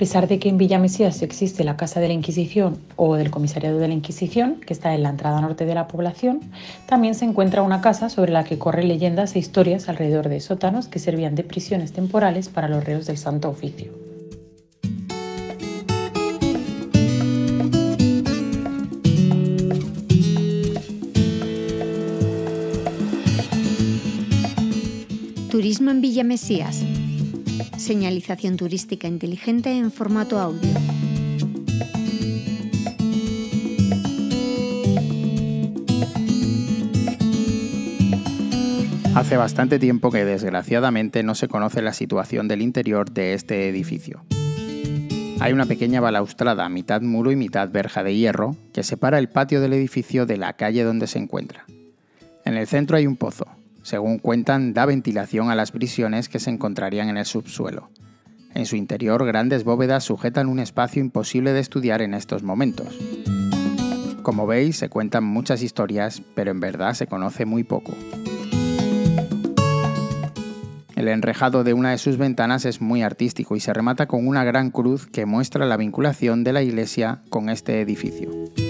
pesar de que en Villamesías existe la Casa de la Inquisición o del Comisariado de la Inquisición, que está en la entrada norte de la población, también se encuentra una casa sobre la que corren leyendas e historias alrededor de sótanos que servían de prisiones temporales para los reos del Santo Oficio. Turismo en Villamesías. Señalización turística inteligente en formato audio. Hace bastante tiempo que desgraciadamente no se conoce la situación del interior de este edificio. Hay una pequeña balaustrada, mitad muro y mitad verja de hierro, que separa el patio del edificio de la calle donde se encuentra. En el centro hay un pozo. Según cuentan, da ventilación a las prisiones que se encontrarían en el subsuelo. En su interior, grandes bóvedas sujetan un espacio imposible de estudiar en estos momentos. Como veis, se cuentan muchas historias, pero en verdad se conoce muy poco. El enrejado de una de sus ventanas es muy artístico y se remata con una gran cruz que muestra la vinculación de la iglesia con este edificio.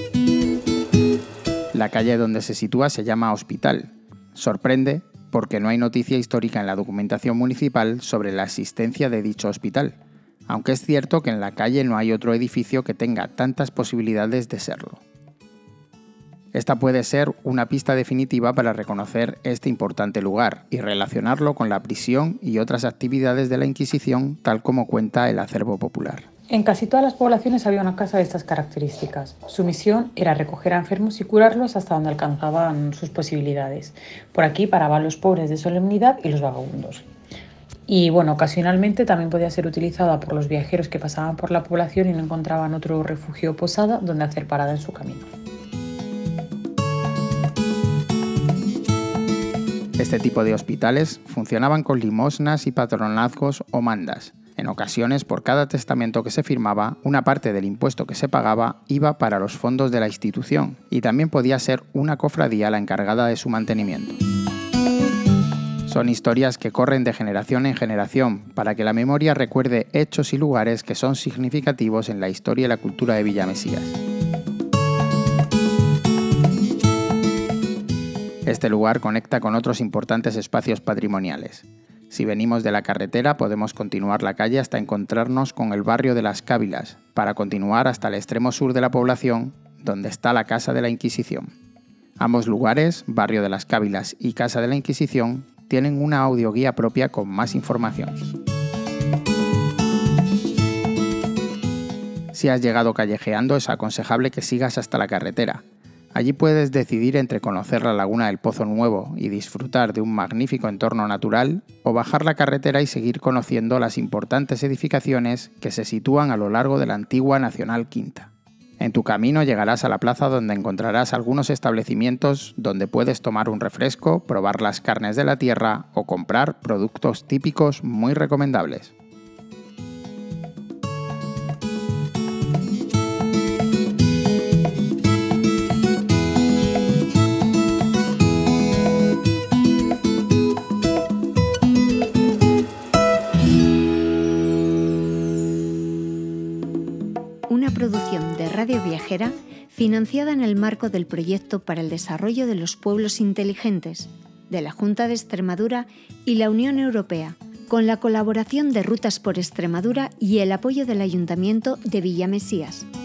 La calle donde se sitúa se llama Hospital. Sorprende porque no hay noticia histórica en la documentación municipal sobre la existencia de dicho hospital, aunque es cierto que en la calle no hay otro edificio que tenga tantas posibilidades de serlo. Esta puede ser una pista definitiva para reconocer este importante lugar y relacionarlo con la prisión y otras actividades de la Inquisición, tal como cuenta el acervo popular. En casi todas las poblaciones había una casa de estas características. Su misión era recoger a enfermos y curarlos hasta donde alcanzaban sus posibilidades. Por aquí paraban los pobres de solemnidad y los vagabundos. Y ocasionalmente también podía ser utilizada por los viajeros que pasaban por la población y no encontraban otro refugio o posada donde hacer parada en su camino. Este tipo de hospitales funcionaban con limosnas y patronazgos o mandas. En ocasiones, por cada testamento que se firmaba, una parte del impuesto que se pagaba iba para los fondos de la institución y también podía ser una cofradía la encargada de su mantenimiento. Son historias que corren de generación en generación para que la memoria recuerde hechos y lugares que son significativos en la historia y la cultura de Villamesías. Este lugar conecta con otros importantes espacios patrimoniales. Si venimos de la carretera, podemos continuar la calle hasta encontrarnos con el barrio de Las Cávilas, para continuar hasta el extremo sur de la población, donde está la Casa de la Inquisición. Ambos lugares, Barrio de Las Cávilas y Casa de la Inquisición, tienen una audioguía propia con más información. Si has llegado callejeando, es aconsejable que sigas hasta la carretera. Allí puedes decidir entre conocer la laguna del Pozo Nuevo y disfrutar de un magnífico entorno natural, o bajar la carretera y seguir conociendo las importantes edificaciones que se sitúan a lo largo de la antigua Nacional Quinta. En tu camino llegarás a la plaza donde encontrarás algunos establecimientos donde puedes tomar un refresco, probar las carnes de la tierra o comprar productos típicos muy recomendables. Una producción de Radio Viajera financiada en el marco del Proyecto para el Desarrollo de los Pueblos Inteligentes de la Junta de Extremadura y la Unión Europea, con la colaboración de Rutas por Extremadura y el apoyo del Ayuntamiento de Villamesías.